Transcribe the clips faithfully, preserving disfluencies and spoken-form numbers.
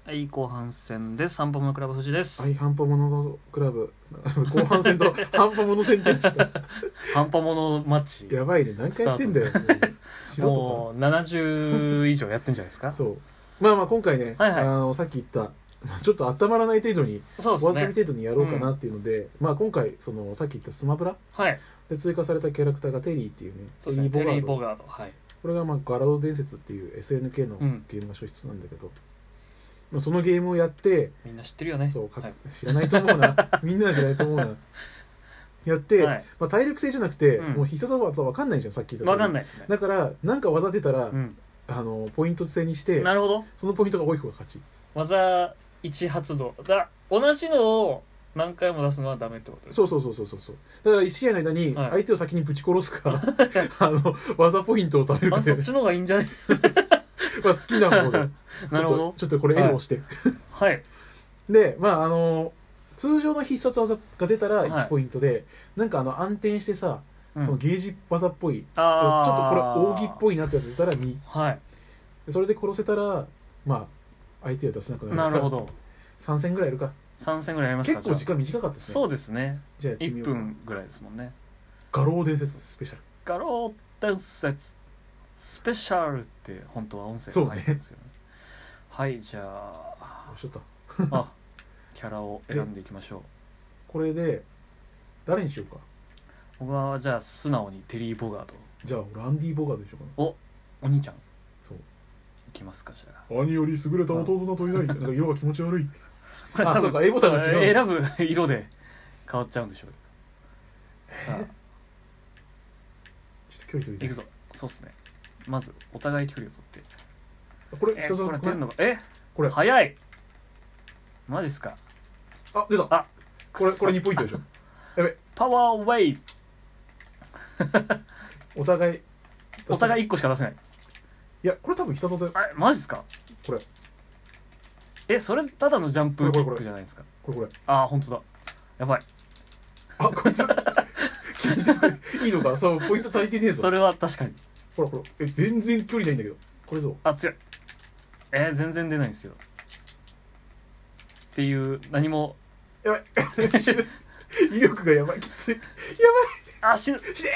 はい、後半戦です。ハンパモノクラブ藤です。 はい、ハンパモノクラブ後半戦とハンパモノ戦って言っちゃったハンパモノマッチやばいね、何回やってんだよ。 もうもうななじゅう以上やってんじゃないですか。 そうまあまあ今回ね、 はいはい、 あのさっき言ったちょっと温まらない程度に、 そうですね、 お遊び程度にやろうかなっていうので、うん、まあ今回そのさっき言ったスマブラ、 はい、で追加されたキャラクターがテリーっていうね、 そうですね、テリー・ボガード、はい、 これがまあガラド伝説っていう エスエヌケー のゲームが初出なんだけど、うん、まあ、そのゲームをやってみんな知ってるよね。 そうか、はい、知らないと思うなみんなは知らないと思うなやって、はい、まあ、体力制じゃなくて、うん、もう必殺技は分かんないじゃん、さっき言った分かんないですね。 だからなんか技出たら、うん、あのポイント制にして、 なるほど、 そのポイントが多い方が勝ち。 技いち発動だ、同じのを何回も出すのはダメってことですか。 そうそうそうそうそう。だからいち試合の間に相手を先にぶち殺すか、はい、あの技ポイントを貯めるかで、 あ、そっちの方がいいんじゃないまあ好きな方でなるほど、 ちょっとこれ L を押してはい、 でまああの通常の必殺技が出たらいちポイントで、はい、なんかあの暗転してさ、うん、そのゲージ技っぽい、ちょっとこれ扇っぽいなってやつ出たらに、はい、それで殺せたらまあ相手は出せなくなるから、なるほど、さん戦ぐらいやるか。 さん戦ぐらいやりますか。 結構時間短かったですね。 そうですね、 じゃあやってみようか。 いっぷんぐらいですもんね。 画廊伝説スペシャル、 画廊伝説スペシャルって本当は音声が入ってるんですよね。はい、じゃあちょっとあキャラを選んでいきましょう。 これで誰にしようか。 僕はじゃあ素直にテリー・ボガード。 じゃあランディ・ボガードでしょうかな。 お、お兄ちゃん。 そういきますか。じゃあ兄より優れた弟などいない。なんか色が気持ち悪いこれ多分あ、A ボタンが違う。 選ぶ色で変わっちゃうんでしょう。さあちょっと距離取りいくぞ。そうっすね、まずお互い距離を取って、 これ、 えー、これ出んのか。えこれ早い、マジっすか。 あ、出た。あ、これこれにポイントでしょ。やべ、 パワーウェイお互いお互いいっこしか出せない。 いや、これ多分必殺技。 あれマジっすか。これえ、それただのジャンプキックじゃないですか。 これこれ、 あー、ほんとだ、やばい。 あ、こいつ気にしていいのか。そう、ポイント足りてねえぞ。 それは確かに。 ほらほら、え、全然距離ないんだけど、これどう。 あ、強い。えー、全然出ないんですよっていう、何もやばい威力がやばい、きつい、やばい、あ、死ぬ死ね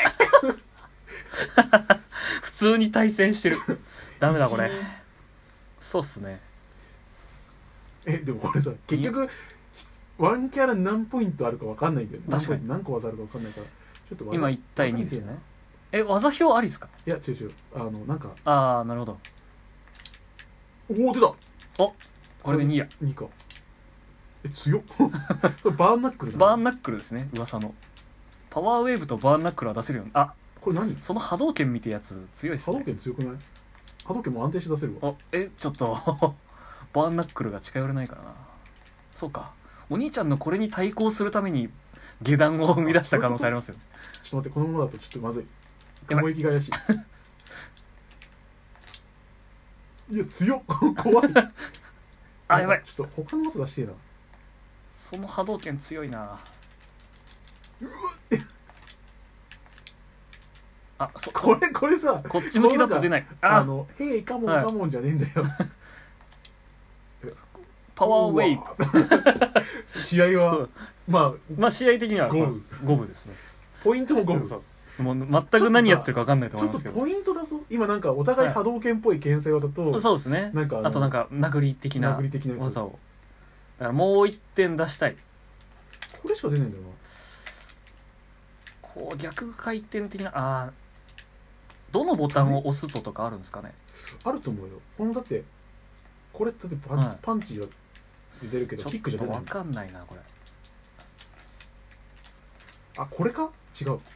普通に対戦してるダメだこれ。そうっすね。 え、でもこれさ、結局ワンキャラ何ポイントあるか分かんないんだよ。 確かに何個技あるか分かんないから、ちょっと今いち対にですね。え、技表ありっすか。 いや違う違う、あのなんか、 ああ、なるほど。 おお、出た。 お、これでにや。 にか。え、強っこれバーンナックルだ、ね、 バーンナックルですね、噂の。パワーウェーブとバーンナックルは出せるように。あ、 これ何、 その波動拳見てやつ強いっすね。 波動拳強くない。波動拳も安定して出せるわ。 あ、え、ちょっとバーンナックルが近寄れないからな。そうか、お兄ちゃんのこれに対抗するために下段を生み出した可能性ありますよね。 ちょっと待って、このままだとちょっとまずい。雲行きが怪しいいや強っ怖いあ、やばい、 ちょっと他のやつ出してえな。 その波動拳強いな。あ、そこれこれさ、 こっち向きだと出ない。 ああの、へいカモンカモンじゃねえんだよ、はい、 パワーウェイブ試合はまあまあ試合的には五分五分ですね。 ポイントも五分。 もう全く何やってるか分かんないと思いますけど、 ちょっとポイントだぞ今。なんかお互い波動拳っぽい牽制技と、 はい、そうですね、なんか あ, あとなんか殴り的な技を、だからもういってん出したい。 これしか出ないんだよな。 こう逆回転的な、あ、どのボタンを押すととかあるんですかね。 あると思うよ。このだってこれだってパン、はい、パンチが出るけどキックじゃ出ない。 分かんないなこれ。 あ、これか違う。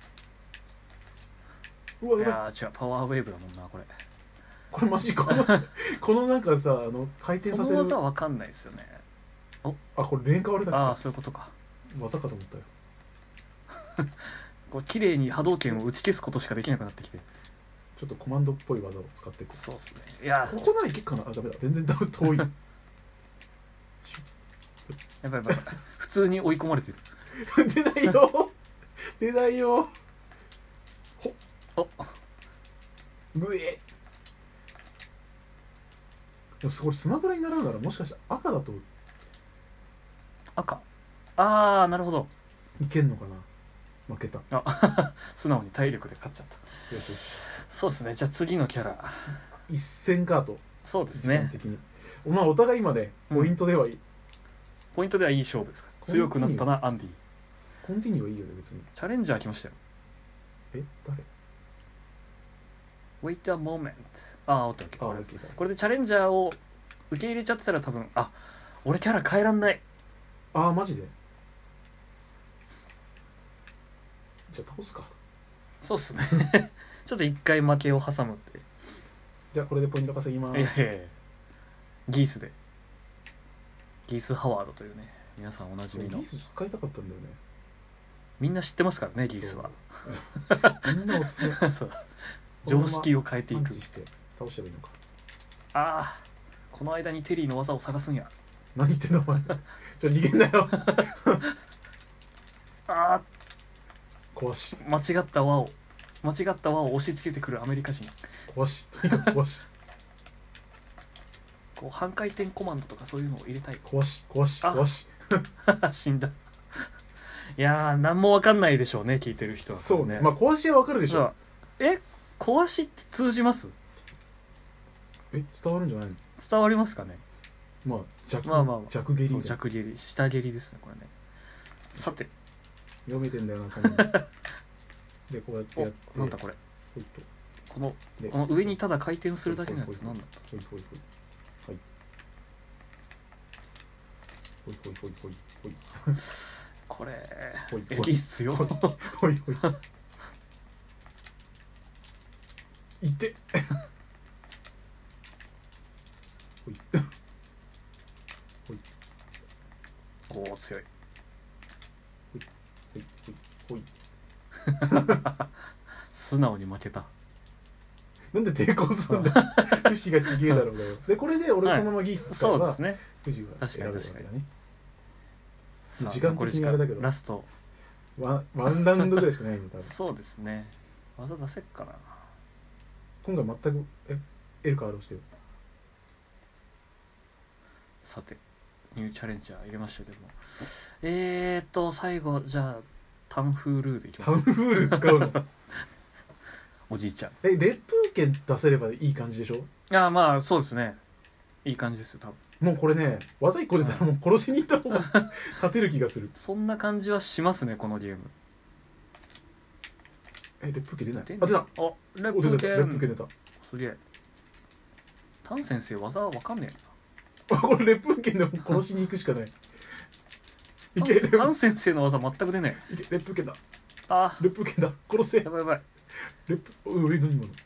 うわ、いや違う、パワーウェーブだもんなこれ。 これマジこのこのなんかさ、あの回転させるその技わかんないですよね。 お、あ、これレーン変わるだけ。 ああ、そういうことか。 技かと思ったよこう綺麗に波動拳を打ち消すことしかできなくなってきて、 ちょっとコマンドっぽい技を使っていく。 そうっすね。いや、 ここならいけっかな。あ、ダメだ、全然遠いやばいやばい、普通に追い込まれてる出ないよ出ないよ。ほっ、 お、 ぐえもこれスマブラになるならもしかして赤だと赤、ああなるほど、 いけんのかな。負けた。 あ素直に体力で勝っちゃった。 よしよし、 そうですね。じゃあ次のキャラ、 一戦カード。 そうですね。 的にまあお互い今ねポイントではいい、うん、 ポイントではいい勝負ですか。強くなったなアンディ。 コンティニューはいいよね別に。 チャレンジャー来ましたよ。 え誰 Wait a moment。 ああ、オッケーオッケー。 あ、オッケー。 これでチャレンジャーを受け入れちゃってたら多分、あ、俺キャラ変えらんない。 ああマジで。じゃあ倒すか。 そうっすねちょっと一回負けを挟むって。 じゃあこれでポイント稼ぎます。いやいやいや、 ギースで、ギースハワードというね、皆さんおなじみの。 ギース使いたかったんだよね。 みんな知ってますからね、ギースは。 みんなおすすめ常識を変えていく。 パンチして倒してばいいのか。 ああ、この間にテリーの技を探すんや。 何言ってんのお前ちょっと逃げんなよああ、 壊し、 間違った輪を間違った輪を押し付けてくるアメリカ人。 壊し、とにかく壊しこう半回転コマンドとかそういうのを入れたい。 壊し壊し壊し死んだ。いやー、何も分かんないでしょうね、聞いてる人は、ね。 そうね、まあ壊しは分かるでしょ。 え、壊しって通じます？ え、伝わるんじゃないの？ 伝わりますかね。 まあ弱、 まあまあまあ、 弱蹴り、そう弱蹴り、下蹴りですねこれね。さて、 読めてんだよな、さんにんでこうやってやって、 なんだこれ、 ほいとこのこの上にただ回転するだけのやつなんだ。 ほいほいほい、はいほいほいほいほいほいこれほいエキス強。 ほいほいほいいってほいほい、 おお強い。 ほいほいほい素直に負けた。 なんで抵抗するんだよ不死がちげえだろうがよ。でこれで俺そのままギース使えば、 そうですね、 不死が選べるわけだね。 時間的にあれだけどラストワン、ワンラウンドぐらいしかないの多分。 そうですね。技出せっかな。 今回全くえ L カードしてる。 さてニューチャレンジャー入れましたけども、えーっと最後じゃあタンフールーでいきます。 タンフール使うのおじいちゃん。 え、烈風剣出せればいい感じでしょ。 いやまあそうですね、いい感じですよ多分。 もうこれね、技いっこ出たらもう殺しに行った方が勝てる気がする。 そんな感じはしますねこのゲーム。 え、烈風剣出ない。あ、出た。 お、烈お出風剣。 た烈風剣出た。 すげえ。タン先生技わかんねあ、これ烈風剣でも殺しに行くしかない。いけ、 えな。タン先生の技全く出ねいけ、烈風剣だ。 あ烈風剣だ。殺せ。 やばいやばい。 烈風、うえ、何今の。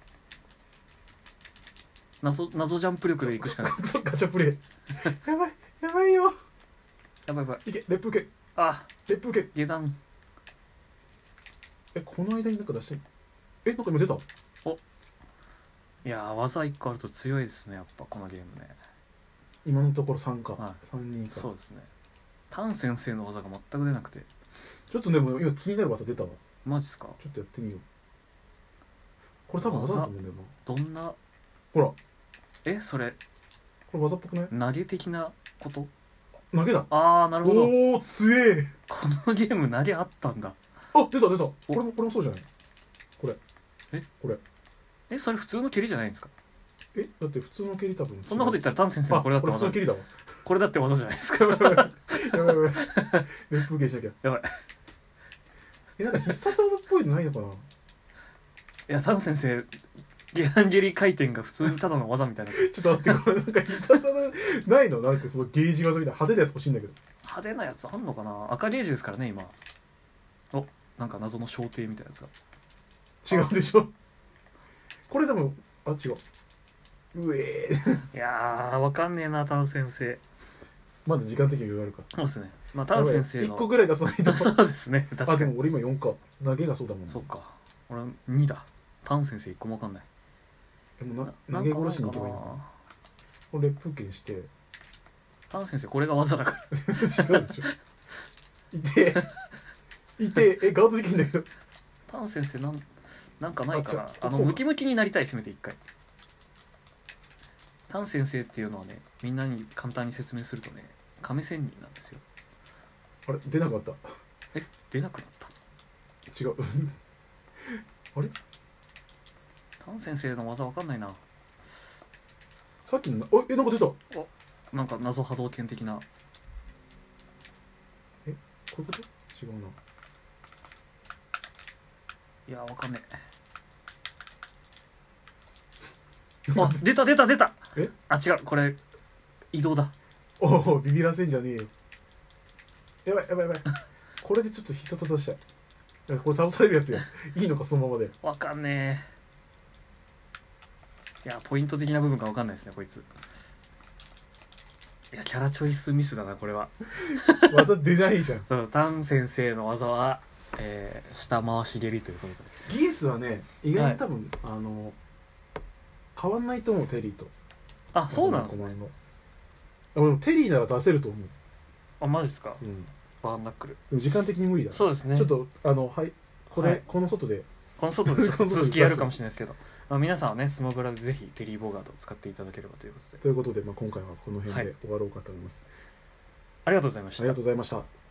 謎謎ジャンプ力でいくしかない。 そっか、ガチャプレイ。やばい、やばいよ。 やばいやばい。 いけ、烈風剣。 あ、 烈風剣。 下段。 え、この間になんか出して。え、なんか今出た。 お、いやー技いっこあると強いですねやっぱこのゲームね。 今のところさんか、 はい、 さんにんか。 そうですね。タン先生の技が全く出なくて。 ちょっとでも今気になる技出たわ。 マジっすか。 ちょっとやってみよう。これ多分技だと思うんだよな。 どんな、 ほら、 え、それこれ技っぽくない？ 投げ的なこと？ 投げだ。 ああなるほど。 おお、強え。 このゲーム投げあったんだ。 あ、出た出た。これもこれもそうじゃない？これ。 え、 これ。 え、それ普通の蹴りじゃないんですか？ え、だって普通の蹴り多分。 そんなこと言ったらタン先生のこれだって技。 これ普通の蹴りだわ。 これだって技じゃないですか。 やばいやばいやばい。烈風剣しなきゃ。 やばい。 え、なんか必殺技っぽいのないのかな？ いや、タン先生下段蹴り回転が普通にただの技みたいな。 ちょっと待って、これなんか必殺技ないの？なんかそのゲージ技みたいな派手なやつ欲しいんだけど。 派手なやつあんのかな。赤ゲージですからね今。お、なんか謎の小艇みたいなやつが。 違うでしょ。これでも、あ、違う。うえーいやーわかんねえなタン先生。 まだ時間的に余裕があるか。 そうですね。まあタン先生のいっこぐらい出さないと。 そうですね。確かあ、 に。 でも俺今よんか。投げがそうだもんね。 そっか。俺にだ。タン先生いっこもわかんない。 でもな投げ殺しに行けばいいの。これ烈風剣して。 タン先生これが技だから。 違うでしょ。いていてえ、ガードできるんだけど。 タン先生なんなんかないかな。 ああのムキムキになりたい、せめて一回。 タン先生っていうのはね、みんなに簡単に説明するとね、亀仙人なんですよ。 あれ出なかった。 え出なくなった。 違うあれタン先生の技わかんないな。 さっきのおえなんか出た。 おなんか謎波動拳的な。 えこういうこと違うな。 いやわかんねえあ出た出た出た。 えあ違うこれ移動だ。 おおビビらせんじゃねえよ。やばいやばいやばいこれでちょっと必殺技したい。いやこれ倒されるやつやいいのかそのままで。 わかんねえ。いやポイント的な部分がわかんないですねこいつ。いやキャラチョイスミスだなこれは技出ないじゃん。 うんタン先生の技は、えー、下回し蹴りということで。 ギエスはね意外に多分、はい、あの変わんないと思うテリーと。 あそうなんですね。 でもテリーなら出せると思う。 あマジですか。 うんバーンナックルでも時間的に無理だ。 そうですね。 ちょっとあのはいこれ、はい、この外でこの外でちょっと続きやるかもしれないですけどまあ皆さんはねスマブラでぜひテリー・ボーガードを使っていただければということでということで、まあ、今回はこの辺で終わろうかと思います、 はい、ありがとうございました。 ありがとうございました。